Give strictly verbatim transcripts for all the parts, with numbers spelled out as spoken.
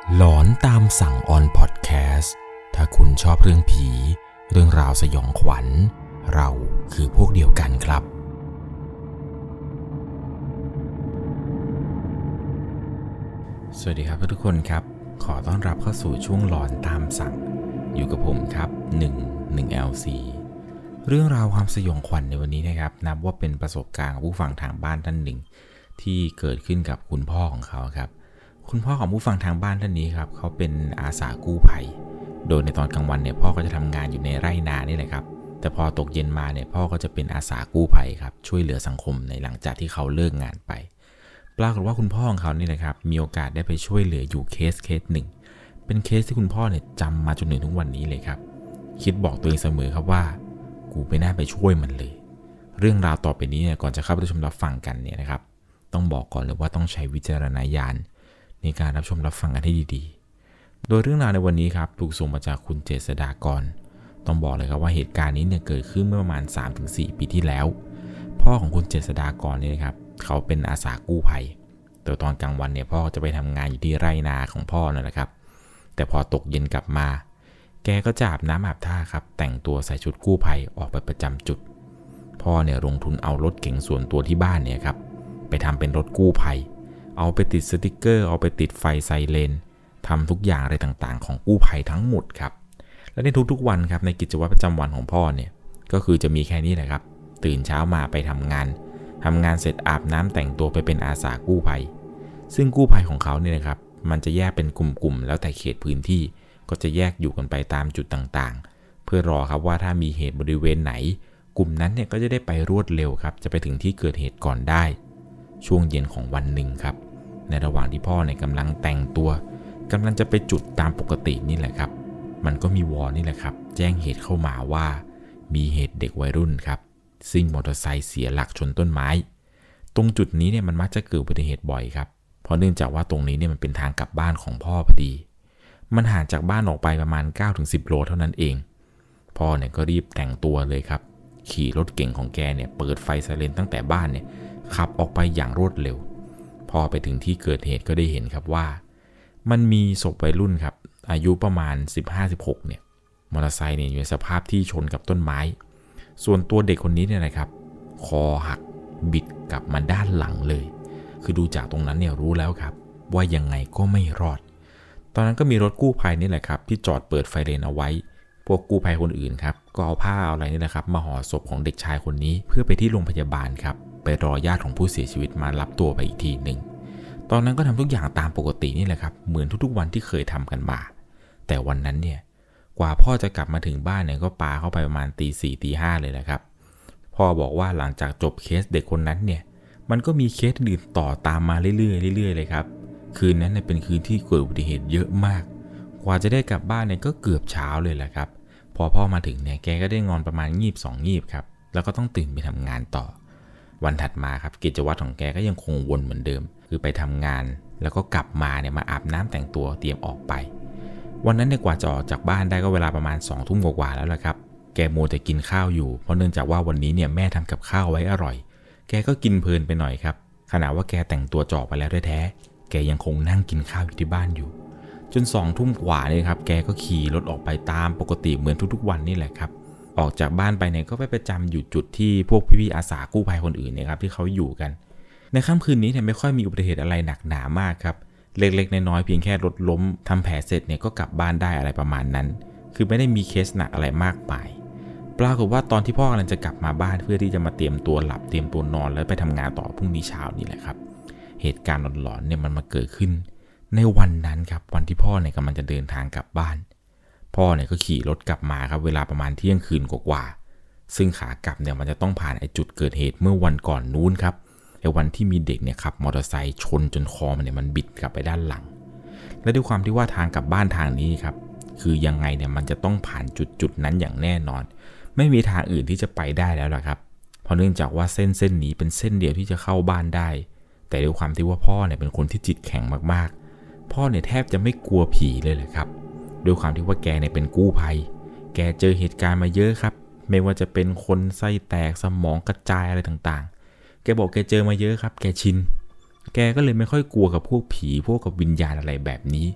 หลอนตามสั่งออนพอดแคสต์ถ้าคุณชอบเรื่องผีเรื่องราวสยองขวัญเราคือพวกเดียวกันครับสวัสดีครับทุกคนครับขอต้อนรับเข้าสู่ช่วงหลอนตามสั่งอยู่กับผมครับหนึ่ง หนึ่ง แอล ซี เรื่องราวความสยองขวัญในวันนี้นะครับนับว่าเป็นประสบการณ์ของผู้ฟังทางบ้านท่านหนึ่งที่เกิดขึ้นกับคุณพ่อของเขาครับคุณพ่อของผู้ฟังทางบ้านท่านนี้ครับเขาเป็นอาสากู้ภัยโดยในตอนกลางวันเนี่ยพ่อก็จะทำงานอยู่ในไร่นานี่แหละครับแต่พอตกเย็นมาเนี่ยพ่อก็จะเป็นอาสากู้ภัยครับช่วยเหลือสังคมในหลังจากที่เขาเลิกงานไปปรากฏว่าคุณพ่อของเขานี่แหละครับมีโอกาสได้ไปช่วยเหลืออยู่เคสเคสหนึ่งเป็นเคสที่คุณพ่อเนี่ยจำมาจนถึงทุกวันนี้เลยครับคิดบอกตัวเองเสมอครับว่ากูไม่น่าไปช่วยมันเลยเรื่องราวต่อไปนี้เนี่ยก่อนจะเข้าไปรับชมรับฟังกันเนี่ยนะครับต้องบอกก่อนเลยว่าต้องใช้วิจารณญาณในการรับชมรับฟังกันให้ดีๆโดยเรื่องราวในวันนี้ครับถูกส่งมาจากคุณเจษฎากรต้องบอกเลยครับว่าเหตุการณ์นี้เนี่ยเกิดขึ้นเมื่อประมาณ สามถึงสี่ ปีที่แล้วพ่อของคุณเจษฎากรเนี่ยนะครับเขาเป็นอาสากู้ภัยแต่ตอนกลางวันเนี่ยพ่อจะไปทำงานอยู่ที่ไร่นาของพ่อนั่นแหละครับแต่พอตกเย็นกลับมาแกก็จะอาบน้ำอาบท่าครับแต่งตัวใส่ชุดกู้ภัยออกไปประจำจุดพ่อเนี่ยลงทุนเอารถเก๋งส่วนตัวที่บ้านเนี่ยครับไปทำเป็นรถกู้ภัยเอาไปติดสติกเกอร์เอาไปติดไฟไซเรนทำทุกอย่างอะไรต่างๆของกู้ภัยทั้งหมดครับและในทุกๆวันครับในกิจวัตรประจำวันของพ่อเนี่ยก็คือจะมีแค่นี้แหละครับตื่นเช้ามาไปทำงานทำงานเสร็จอาบน้ำแต่งตัวไปเป็นอาสากู้ภัยซึ่งกู้ภัยของเขาเนี่ยนะครับมันจะแยกเป็นกลุ่มๆแล้วแต่เขตพื้นที่ก็จะแยกอยู่กันไปตามจุดต่างๆเพื่อรอครับว่าถ้ามีเหตุบริเวณไหนกลุ่มนั้นเนี่ยก็จะได้ไปรวดเร็วครับจะไปถึงที่เกิดเหตุก่อนได้ช่วงเย็นของวันหนึ่งครับในระหว่างที่พ่อเนี่ยกำลังแต่งตัวกำลังจะไปจุดตามปกตินี่แหละครับมันก็มีวอลนี่แหละครับแจ้งเหตุเข้ามาว่ามีเหตุเด็กวัยรุ่นครับซิ่งมอเตอร์ไซค์เสียหลักชนต้นไม้ตรงจุดนี้เนี่ยมันมักจะเกิดอุบัติเหตุบ่อยครับเพราะเนื่องจากว่าตรงนี้เนี่ยมันเป็นทางกลับบ้านของพ่อพอดีมันห่างจากบ้านออกไปประมาณ เก้าถึงสิบ โลเท่านั้นเองพ่อเนี่ยก็รีบแต่งตัวเลยครับขี่รถเก๋งของแกเนี่ยเปิดไฟไซเรนตั้งแต่บ้านเนี่ยขับออกไปอย่างรวดเร็วพอไปถึงที่เกิดเหตุก็ได้เห็นครับว่ามันมีศพวัยรุ่นครับอายุประมาณ สิบห้า สิบหก เนี่ยมอเตอร์ไซค์เนี่ยอยู่ในสภาพที่ชนกับต้นไม้ส่วนตัวเด็กคนนี้เนี่ยนะครับคอหักบิดกลับมาด้านหลังเลยคือดูจากตรงนั้นเนี่ยรู้แล้วครับว่ายังไงก็ไม่รอดตอนนั้นก็มีรถกู้ภัยนี่แหละครับที่จอดเปิดไฟเรนเอาไว้พวกกู้ภัยคนอื่นครับก็เอาผ้าเอาอะไรนี่แหละครับมาห่อศพของเด็กชายคนนี้เพื่อไปที่โรงพยาบาลครับไปรอญาติของผู้เสียชีวิตมารับตัวไปอีกทีหนึ่งตอนนั้นก็ทำทุกอย่างตามปกตินี่แหละครับเหมือนทุกๆวันที่เคยทำกันมาแต่วันนั้นเนี่ยกว่าพ่อจะกลับมาถึงบ้านเนี่ยก็ปาเข้าไปประมาณตีสี่ตีห้าเลยแหละครับพ่อบอกว่าหลังจากจบเคสเด็กคนนั้นเนี่ยมันก็มีเคสอื่นต่อตามมาเรื่อยๆเรื่อยๆเลยครับคืนนั้นเนี่ยเป็นคืนที่เกิดอุบัติเหตุเยอะมากกว่าจะได้กลับบ้านเนี่ยก็เกือบเช้าเลยแหละครับพอพ่อมาถึงเนี่ยแกก็ได้นอนประมาณงีบสองงีบครับแล้วก็ต้องตื่นไปทำงานต่อวันถัดมาครับกิจวัตรของแกก็ยังคงวนเหมือนเดิมคือไปทำงานแล้วก็กลับมาเนี่ยมาอาบน้ำแต่งตัวเตรียมออกไปวันนั้นเนี่ยกว่าจะออกจากบ้านได้ก็เวลาประมาณสองทุ่มกว่าแล้วแหละครับแกโมแต่กินข้าวอยู่เพราะเนื่องจากว่าวันนี้เนี่ยแม่ทำกับข้าวไว้อร่อยแกก็กินเพลินไปหน่อยครับขณะว่าแกแต่งตัวจอกไปแล้วแท้ๆแกยังคงนั่งกินข้าวอยู่ที่บ้านอยู่จนสองทุ่มกว่าเนี่ยครับแกก็ขี่รถออกไปตามปกติเหมือนทุกๆวันนี่แหละครับออกจากบ้านไปเนี่ยก็ไปประจำอยู่จุดที่พวกพี่ๆอาสากู้ภัยคนอื่นเนี่ยครับที่เขาอยู่กันในค่ำคืนนี้เนี่ยไม่ค่อยมีอุบัติเหตุอะไรหนักหนามากครับเล็กๆน้อยๆเพียงแค่รถล้มทำแผลเสร็จเนี่ยก็กลับบ้านได้อะไรประมาณนั้นคือไม่ได้มีเคสหนักอะไรมากมายปรากฏว่าตอนที่พ่อกำลังจะกลับมาบ้านเพื่อที่จะมาเตรียมตัวหลับเตรียมตัวนอนแล้วไปทำงานต่อพรุ่งนี้เช้านี่แหละครับเหตุการณ์หลอนๆเนี่ยมันมาเกิดขึ้นในวันนั้นครับวันที่พ่อเนี่ยกำลังจะเดินทางกลับบ้านพ่อเนี่ยก็ขี่รถกลับมาครับเวลาประมาณเที่ยงคืนกว่าๆซึ่งขากลับเนี่ยมันจะต้องผ่านไอ้จุดเกิดเหตุเมื่อวันก่อนนู้นครับไอ้วันที่มีเด็กเนี่ยขับมอเตอร์ไซค์ชนจนคอมันเนี่ยมันบิดกลับไปด้านหลังและด้วยความที่ว่าทางกลับบ้านทางนี้ครับคือยังไงเนี่ยมันจะต้องผ่านจุดจุดนั้นอย่างแน่นอนไม่มีทางอื่นที่จะไปได้แล้วล่ะครับเพราะเนื่องจากว่าเส้นเส้นนี้เป็นเส้นเดียวที่จะเข้าบ้านได้แต่ด้วยความที่ว่าพ่อเนี่ยเป็นคนที่จิตแข็งมากๆพ่อเนี่ยแทบจะไม่กลัวผีเลยแหละครับด้วยความที่ว่าแกเนี่ยเป็นกู้ภัยแกเจอเหตุการณ์มาเยอะครับไม่ว่าจะเป็นคนไส้แตกสมองกระจายอะไรต่างๆแกบอกแกเจอมาเยอะครับแกชินแกก็เลยไม่ค่อยกลัวกับพวกผีพวกกับวิญญาณอะไรแบบนี้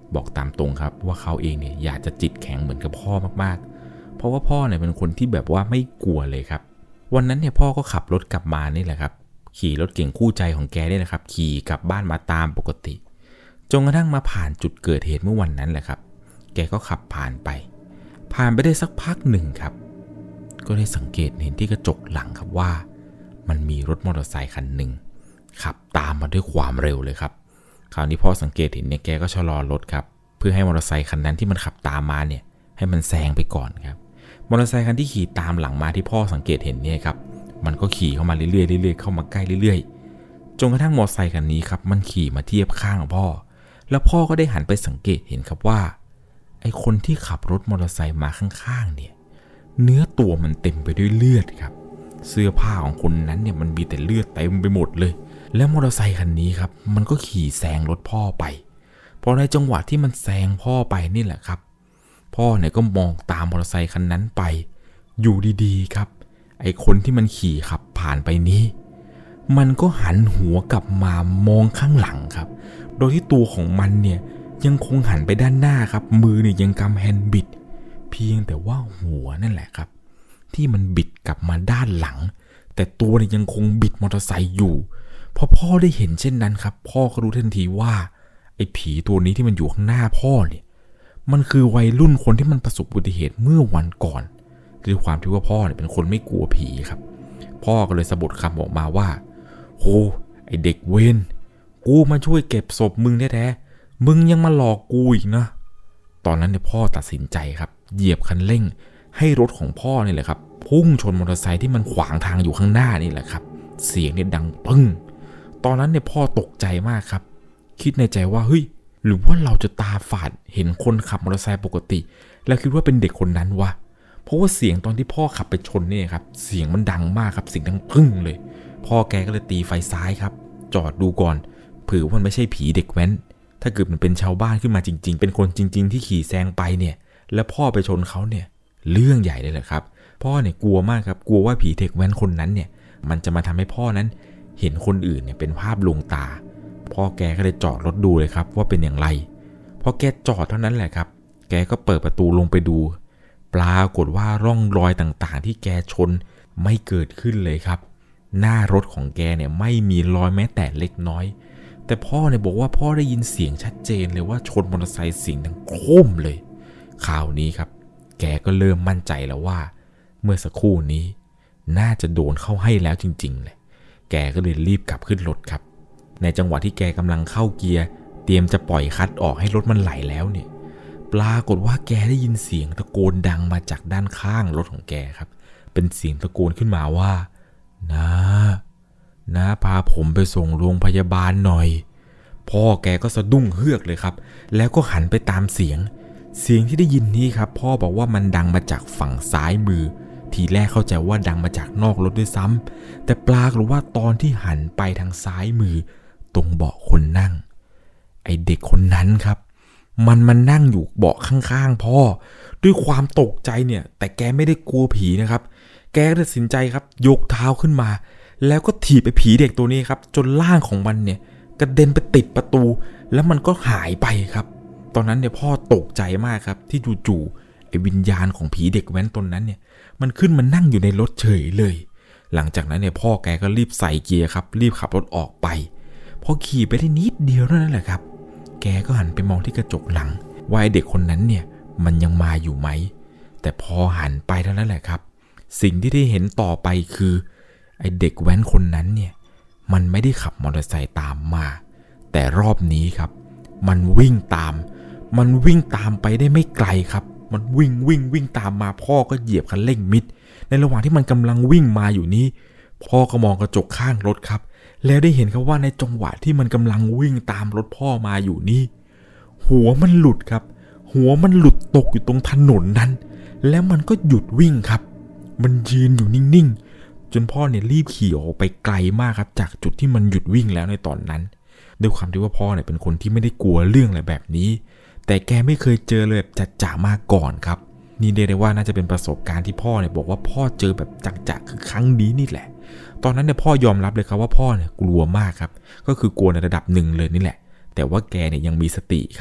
บอกตามตรงครับว่าเขาเองเนี่ยอยากจะจิตแข็งเหมือนกับพ่อมากๆเพราะว่าพ่อเนี่ยเป็นคนที่แบบว่าไม่กลัวเลยครับวันนั้นเนี่ยพ่อก็ขับรถกลับมานี่แหละครับขี่รถเก่งคู่ใจของแกนี่แหละครับขี่กลับบ้านมาตามปกติจนกระทั่งมาผ่านจุดเกิดเหตุเมื่อวันนั้นแหละครับแกก็ขับผ่านไปผ่านไปได้สักพักหนึ่งครับก็ได้สังเกตเห็นที่กระจกหลังครับว่ามันมีรถมอเตอร์ไซค์คันหนึ่งขับตามมาด้วยความเร็วเลยครับคราวนี้พ่อสังเกตเห็นเนี่ยแกก็ชะลอรถครับเพื่อให้มอเตอร์ไซค์คันนั้นที่มันขับตามมาเนี่ยให้มันแซงไปก่อนครับมอเตอร์ไซค์คันที่ขี่ตามหลังมาที่พ่อสังเกตเห็นเนี่ยครับมันก็ขี่เข้ามาเรื่อยๆเรื่อยๆเข้ามาใกล้เรื่อยๆจนกระทั่งมอเตอร์ไซค์คันนี้ครับมันขี่มาเทียบข้างพ่อแล้วพ่อก็ได้หันไปสังเกตเห็นครับว่าไอ้คนที่ขับรถมอเตอร์ไซค์มาข้างๆเนี่ยเนื้อตัวมันเต็มไปด้วยเลือดครับเสื้อผ้าของคนนั้นเนี่ยมันมีแต่เลือดเต็มไปหมดเลยแล้วมอเตอร์ไซค์คันนี้ครับมันก็ขี่แซงรถพ่อไปพอในจังหวะที่มันแซงพ่อไปนี่แหละครับพ่อเนี่ยก็มองตามมอเตอร์ไซค์คันนั้นไปอยู่ดีๆครับไอ้คนที่มันขี่ขับผ่านไปนี้มันก็หันหัวกลับมามองข้างหลังครับโดยที่ตัวของมันเนี่ยยังคงหันไปด้านหน้าครับมือเนี่ยยังกำแฮนด์บิดเพียงแต่ว่าหัวนั่นแหละครับที่มันบิดกลับมาด้านหลังแต่ตัวเนี่ยยังคงบิดมอเตอร์ไซค์อยู่พอพ่อได้เห็นเช่นนั้นครับพ่อก็รู้ทันทีว่าไอ้ผีตัวนี้ที่มันอยู่ข้างหน้าพ่อเนี่ยมันคือวัยรุ่นคนที่มันประสบอุบัติเหตุเมื่อวันก่อนด้วยความที่ว่าพ่อเนี่ยเป็นคนไม่กลัวผีครับพ่อก็เลยสะบัดคำออกมาว่าโหไอ้เด็กเว้นกูมาช่วยเก็บศพมึงแท้ๆมึงยังมาหลอกกูอีกนะตอนนั้นเนี่ยพ่อตัดสินใจครับเหยียบคันเร่งให้รถของพ่อนี่แหละครับพุ่งชนมอเตอร์ไซค์ที่มันขวางทางอยู่ข้างหน้านี่แหละครับเสียงเนี่ยดังปึ้งตอนนั้นเนี่ยพ่อตกใจมากครับคิดในใจว่าเฮ้ยหรือว่าเราจะตาฝาดเห็นคนขับมอเตอร์ไซค์ปกติแล้วคิดว่าเป็นเด็กคนนั้นวะเพราะว่าเสียงตอนที่พ่อขับไปชนเนี่ยครับเสียงมันดังมากครับเสียงดังปึ้งเลยพ่อแกก็เลยตีไฟซ้ายครับจอดดูก่อนเผื่อว่ามันไม่ใช่ผีเด็กแว้นถ้าเกิดมันเป็นชาวบ้านขึ้นมาจริงๆเป็นคนจริงๆที่ขี่แซงไปเนี่ยแล้วพ่อไปชนเขาเนี่ยเรื่องใหญ่เลยแหละครับพ่อเนี่ยกลัวมากครับกลัวว่าผีเด็กแว้นคนนั้นเนี่ยมันจะมาทำให้พ่อนั้นเห็นคนอื่นเนี่ยเป็นภาพลวงตาพ่อแกก็เลยจอดรถดูเลยครับว่าเป็นอย่างไรพอแกจอดเท่านั้นแหละครับแกก็เปิดประตูลงไปดูปรากฏว่าร่องรอยต่างๆที่แกชนไม่เกิดขึ้นเลยครับหน้ารถของแกเนี่ยไม่มีรอยแม้แต่เล็กน้อยแต่พ่อเนี่ยบอกว่าพ่อได้ยินเสียงชัดเจนเลยว่าชนมอเตอร์ไซค์เสียงดังโครมเลยคราวนี้ครับแกก็เริ่มมั่นใจแล้วว่าเมื่อสักครู่นี้น่าจะโดนเข้าให้แล้วจริงๆเลยแกก็เลยรีบกลับขึ้นรถครับในจังหวะที่แกกำลังเข้าเกียร์เตรียมจะปล่อยคลัตช์ออกให้รถมันไหลแล้วเนี่ยปรากฏว่าแกได้ยินเสียงตะโกนดังมาจากด้านข้างรถของแกครับเป็นเสียงตะโกนขึ้นมาว่านะนะพาผมไปส่งโรงพยาบาลหน่อยพ่อแกก็สะดุ้งเฮือกเลยครับแล้วก็หันไปตามเสียงเสียงที่ได้ยินนี้ครับพ่อบอกว่ามันดังมาจากฝั่งซ้ายมือทีแรกเข้าใจว่าดังมาจากนอกรถด้วยซ้ำแต่ปรากฏว่าตอนที่หันไปทางซ้ายมือตรงเบาะคนนั่งไอเด็กคนนั้นครับมันมันนั่งอยู่เบาะข้างๆพ่อด้วยความตกใจเนี่ยแต่แกไม่ได้กลัวผีนะครับแกก็ตัดสินใจครับยกเท้าขึ้นมาแล้วก็ถีบไปผีเด็กตัวนี้ครับจนร่างของมันเนี่ยกระเด็นไปติดประตูแล้วมันก็หายไปครับตอนนั้นเนี่ยพ่อตกใจมากครับที่จู่ๆไอ้วิญญาณของผีเด็กแว้นตนนั้นเนี่ยมันขึ้นมานั่งอยู่ในรถเฉยเลยหลังจากนั้นเนี่ยพ่อแกก็รีบใส่เกียร์ครับรีบขับรถออกไปพอขี่ไปได้นิดเดียวเท่านั้นแหละครับแกก็หันไปมองที่กระจกหลังว่าไอ้เด็กคนนั้นเนี่ยมันยังมาอยู่ไหมแต่พอหันไปเท่านั้นแหละครับสิ่งที่ได้เห็นต่อไปคือไอ้เด็กแว้นคนนั้นเนี่ยมันไม่ได้ขับมอเตอร์ไซค์ตามมาแต่รอบนี้ครับมันวิ่งตามมันวิ่งตามไปได้ไม่ไกลครับมันวิ่งวิ่งวิ่งตามมาพ่อก็เหยียบคันเร่งมิดในระหว่างที่มันกำลังวิ่งมาอยู่นี้พ่อก็มองกระจกข้างรถครับแล้วได้เห็นครับว่าในจังหวะที่มันกำลังวิ่งตามรถพ่อมาอยู่นี้หัวมันหลุดครับหัวมันหลุดตกอยู่ตรงถนนนั้นแล้วมันก็หยุดวิ่งครับมันยืนอยู่นิ่งๆจนพ่อเนี่ยรีบขี่ออกไปไกลมากครับจากจุดที่มันหยุดวิ่งแล้วในตอนนั้นด้วยความที่ว่าพ่อเนี่ยเป็นคนที่ไม่ได้กลัวเรื่องอะไรแบบนี้แต่แกไม่เคยเจอเลยแบบจัดๆมาก่อนครับนี่เรียกได้ว่าน่าจะเป็นประสบการณ์ที่พ่อเนี่ยบอกว่าพ่อเจอแบบจัดๆคือครั้งนี้นี่แหละตอนนั้นเนี่ยพ่อยอมรับเลยครับว่าพ่อเนี่ยกลัวมากครับก็คือกลัวในระดับหนึ่งเลยนี่แหละแต่ว่าแกเนี่ยยังมีสติครับ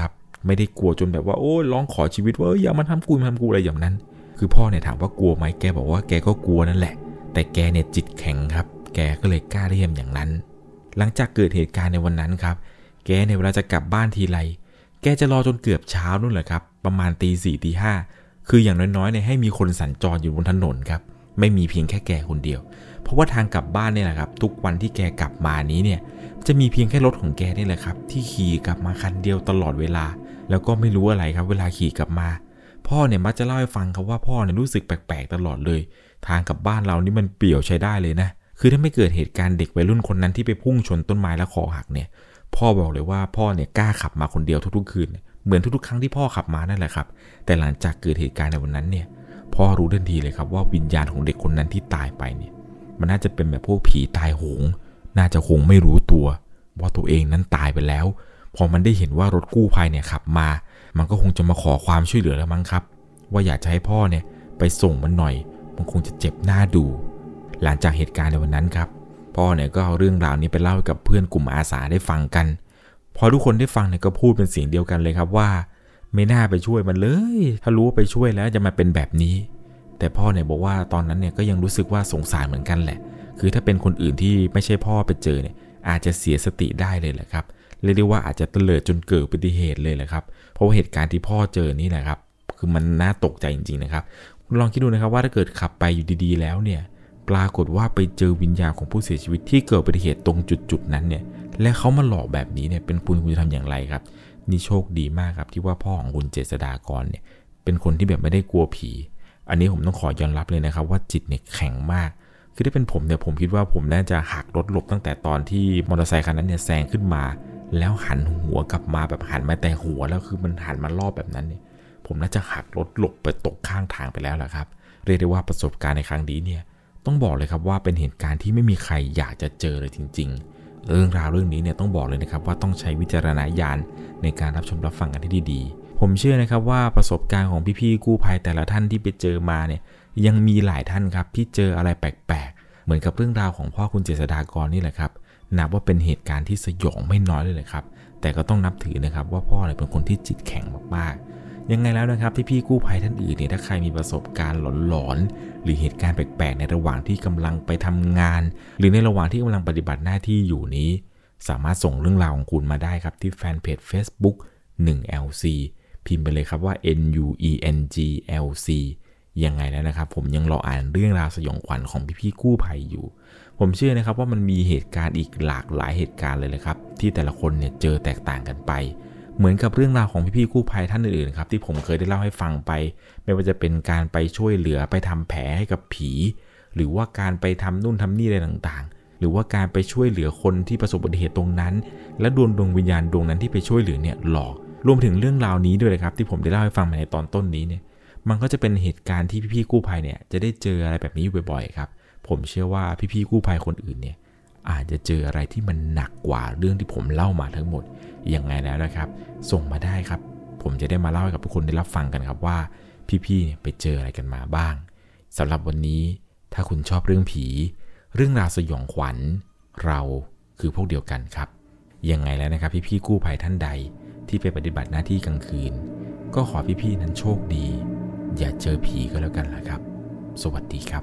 ไม่ได้กลัวจนแบบว่าโอ้ร้องขอชีวิตว่าอย่ามาทำกูมาทำกูอะไรอย่างนั้นคือพ่อเนี่ยถามว่ากลัวไหมแกบอกว่าแกก็กลัวนั่นแหละแต่แกเนี่ยจิตแข็งครับแกก็เลยกล้าที่จะอย่างนั้นหลังจากเกิดเหตุการณ์ในวันนั้นครับแกเนี่ยเวลาจะกลับบ้านทีไรแกจะรอจนเกือบเช้านู่นแหละครับประมาณตีสี่ตีห้าคืออย่างน้อยๆเนี่ยให้มีคนสัญจรอยู่บนถนนครับไม่มีเพียงแค่แกคนเดียวเพราะว่าทางกลับบ้านเนี่ยแหละครับทุกวันที่แกกลับมานี้เนี่ยจะมีเพียงแค่รถของแกนี่แหละครับที่ขี่กลับมาคันเดียวตลอดเวลาแล้วก็ไม่รู้อะไรครับเวลาขี่กลับมาพ่อเนี่ยมักจะเล่าให้ฟังครับว่าพ่อเนี่ยรู้สึกแปลกๆตลอดเลยทางกลับบ้านเรานี่มันเปี่ยวใช้ได้เลยนะคือถ้าไม่เกิดเหตุการณ์เด็กวัยรุ่นคนนั้นที่ไปพุ่งชนต้นไม้แล้วคอหักเนี่ยพ่อบอกเลยว่าพ่อเนี่ยกล้าขับมาคนเดียวทุกๆคืนเหมือนทุกๆครั้งที่พ่อขับมานั่นแหละครับแต่หลังจากเกิดเหตุการณ์ในวันนั้นเนี่ยพ่อรู้ทันทีเลยครับว่าวิญญาณของเด็กคนนั้นที่ตายไปเนี่ยมันน่าจะเป็นแบบพวกผีตายโหงน่าจะคงไม่รู้ตัวว่าตัวเองนั้นตายไปแล้วพอมันได้เห็นว่ารถกู้ภัยเนี่ยขับมามันก็คงจะมาขอความช่วยเหลือแล้วมั้งครับว่าอยากจะให้พ่อเนี่ยไปส่งมันหน่อยมันคงจะเจ็บหน้าดูหลังจากเหตุการณ์ในวันนั้นครับพ่อเนี่ยก็เอาเรื่องราวนี้ไปเล่าให้กับเพื่อนกลุ่มอาสาได้ฟังกันพอทุกคนได้ฟังเนี่ยก็พูดเป็นเสียงเดียวกันเลยครับว่าไม่น่าไปช่วยมันเลยถ้ารู้ว่าไปช่วยแล้วจะมาเป็นแบบนี้แต่พ่อเนี่ยบอกว่าตอนนั้นเนี่ยก็ยังรู้สึกว่าสงสารเหมือนกันแหละคือถ้าเป็นคนอื่นที่ไม่ใช่พ่อไปเจอเนี่ยอาจจะเสียสติได้เลยแหละครับเรียกได้ว่าอาจจะเตลิดจนเกิดอุบัติเหตุเลยแหละครับเพราะว่าเหตุการณ์ที่พ่อเจอนี่แหละครับคือมันน่าตกใจจริงๆนะครับคุณลองคิดดูนะครับว่าถ้าเกิดขับไปอยู่ดีๆแล้วเนี่ยปรากฏว่าไปเจอวิญญาณของผู้เสียชีวิตที่เกิดอุบัติเหตุตรงจุดๆนั้นเนี่ยและเขามาหลอกแบบนี้เนี่ยเป็นคุณคุณจะทำอย่างไรครับนี่โชคดีมากครับที่ว่าพ่อของคุณเจษฎากรเนี่ยเป็นคนที่แบบไม่ได้กลัวผีอันนี้ผมต้องขอยอมรับเลยนะครับว่าจิตเนี่ยแข็งมากคือถ้าเป็นผมเนี่ยผมคิดว่าผมน่าจะหักรถหลบตั้งแต่ตอนที่มอเตอร์ไซค์คันนั้นเนี่ยแซงขึ้นมาแล้วหันหัวกลับมาแบบหันมาแต่หัวแล้วคือมันหันมารอบแบบนั้นเนี่ยผมน่าจะหักรถหลบไปตกข้างทางไปแล้วแหละครับเรียกได้ว่าประสบการณ์ในครั้งนี้เนี่ยต้องบอกเลยครับว่าเป็นเหตุการณ์ที่ไม่มีใครอยากจะเจอเลยจริงๆเรื่องราวเรื่องนี้เนี่ยต้องบอกเลยนะครับว่าต้องใช้วิจารณญาณในการรับชมรับฟังกันที่ดีๆผมเชื่อนะครับว่าประสบการณ์ของพี่ๆกู้ภัยแต่ละท่านที่ไปเจอมาเนี่ยยังมีหลายท่านครับที่เจออะไรแปลกๆเหมือนกับเรื่องราวของพ่อคุณเจษฎากรนี่แหละครับนับว่าเป็นเหตุการณ์ที่สยองไม่น้อยเลยเลยครับแต่ก็ต้องนับถือนะครับว่าพ่อเนี่ยเป็นคนที่จิตแข็งมากๆยังไงแล้วนะครับที่พี่กู้ภัยท่านอื่นเนี่ยถ้าใครมีประสบการณ์หลอนๆหรือเหตุการณ์แปลกๆในระหว่างที่กำลังไปทำงานหรือในระหว่างที่กำลังปฏิบัติหน้าที่อยู่นี้สามารถส่งเรื่องราวของคุณมาได้ครับที่แฟนเพจ Facebook หนึ่ง แอล ซี พิมพ์ไปเลยครับว่า เอ็น ยู อี เอ็น จี แอล ซี ยังไงแล้วนะครับผมยังรออ่านเรื่องราวสยองขวัญของพี่ๆกู้ภัยอยู่ผมเชื่อนะครับว่ามันมีเหตุการณ์อีกหลากหลายเหตุการณ์เลยเลยครับที่แต่ละคนเนี่ยเจอแตกต่างกันไปเหมือนกับเรื่องราวของพี่ๆกู้ภัยท่านอื่นๆครับที่ผมเคยได้เล่าให้ฟังไปไม่ว่าจะเป็นการไปช่วยเหลือไปทำแผลให้กับผีหรือว่าการไปทำนู่นทำนี่อะไรต่างๆหรือว่าการไปช่วยเหลือคนที่ประสบอุบัติเหตุตรงนั้นและโดนดวงวิญญาณดวงนั้นที่ไปช่วยเหลือเนี่ยหลอกรวมถึงเรื่องราวนี้ด้วยเลยครับที่ผมได้เล่าให้ฟังมาในตอนต้นนี้เนี่ยมันก็จะเป็นเหตุการณ์ที่พี่ๆกู้ภัยเนี่ยจะได้เจออะไรแบบนี้อยู่บ่อยๆครับผมเชื่อว่าพี่ๆกู้ภัยคนอื่นเนี่ยอาจจะเจออะไรที่มันหนักกว่าเรื่องที่ผมเล่ามาทั้งหมดยังไงแล้วนะครับส่งมาได้ครับผมจะได้มาเล่าให้กับทุกคนได้รับฟังกันครับว่าพี่ๆเนี่ยไปเจออะไรกันมาบ้างสำหรับวันนี้ถ้าคุณชอบเรื่องผีเรื่องราวสยองขวัญเราคือพวกเดียวกันครับยังไงแล้วนะครับพี่ๆกู้ภัยท่านใดที่ไปปฏิบัติหน้าที่กลางคืนก็ขอพี่ๆนั้นโชคดีอย่าเจอผีก็แล้วกันล่ะครับสวัสดีครับ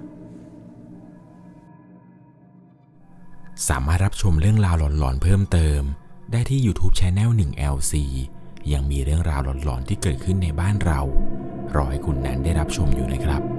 สามารถรับชมเรื่องราวหลอนๆเพิ่มเติมได้ที่ YouTube Channel หนึ่ง แอล ซี ยังมีเรื่องราวหลอนๆที่เกิดขึ้นในบ้านเรารอให้คุณนั้นได้รับชมอยู่นะครับ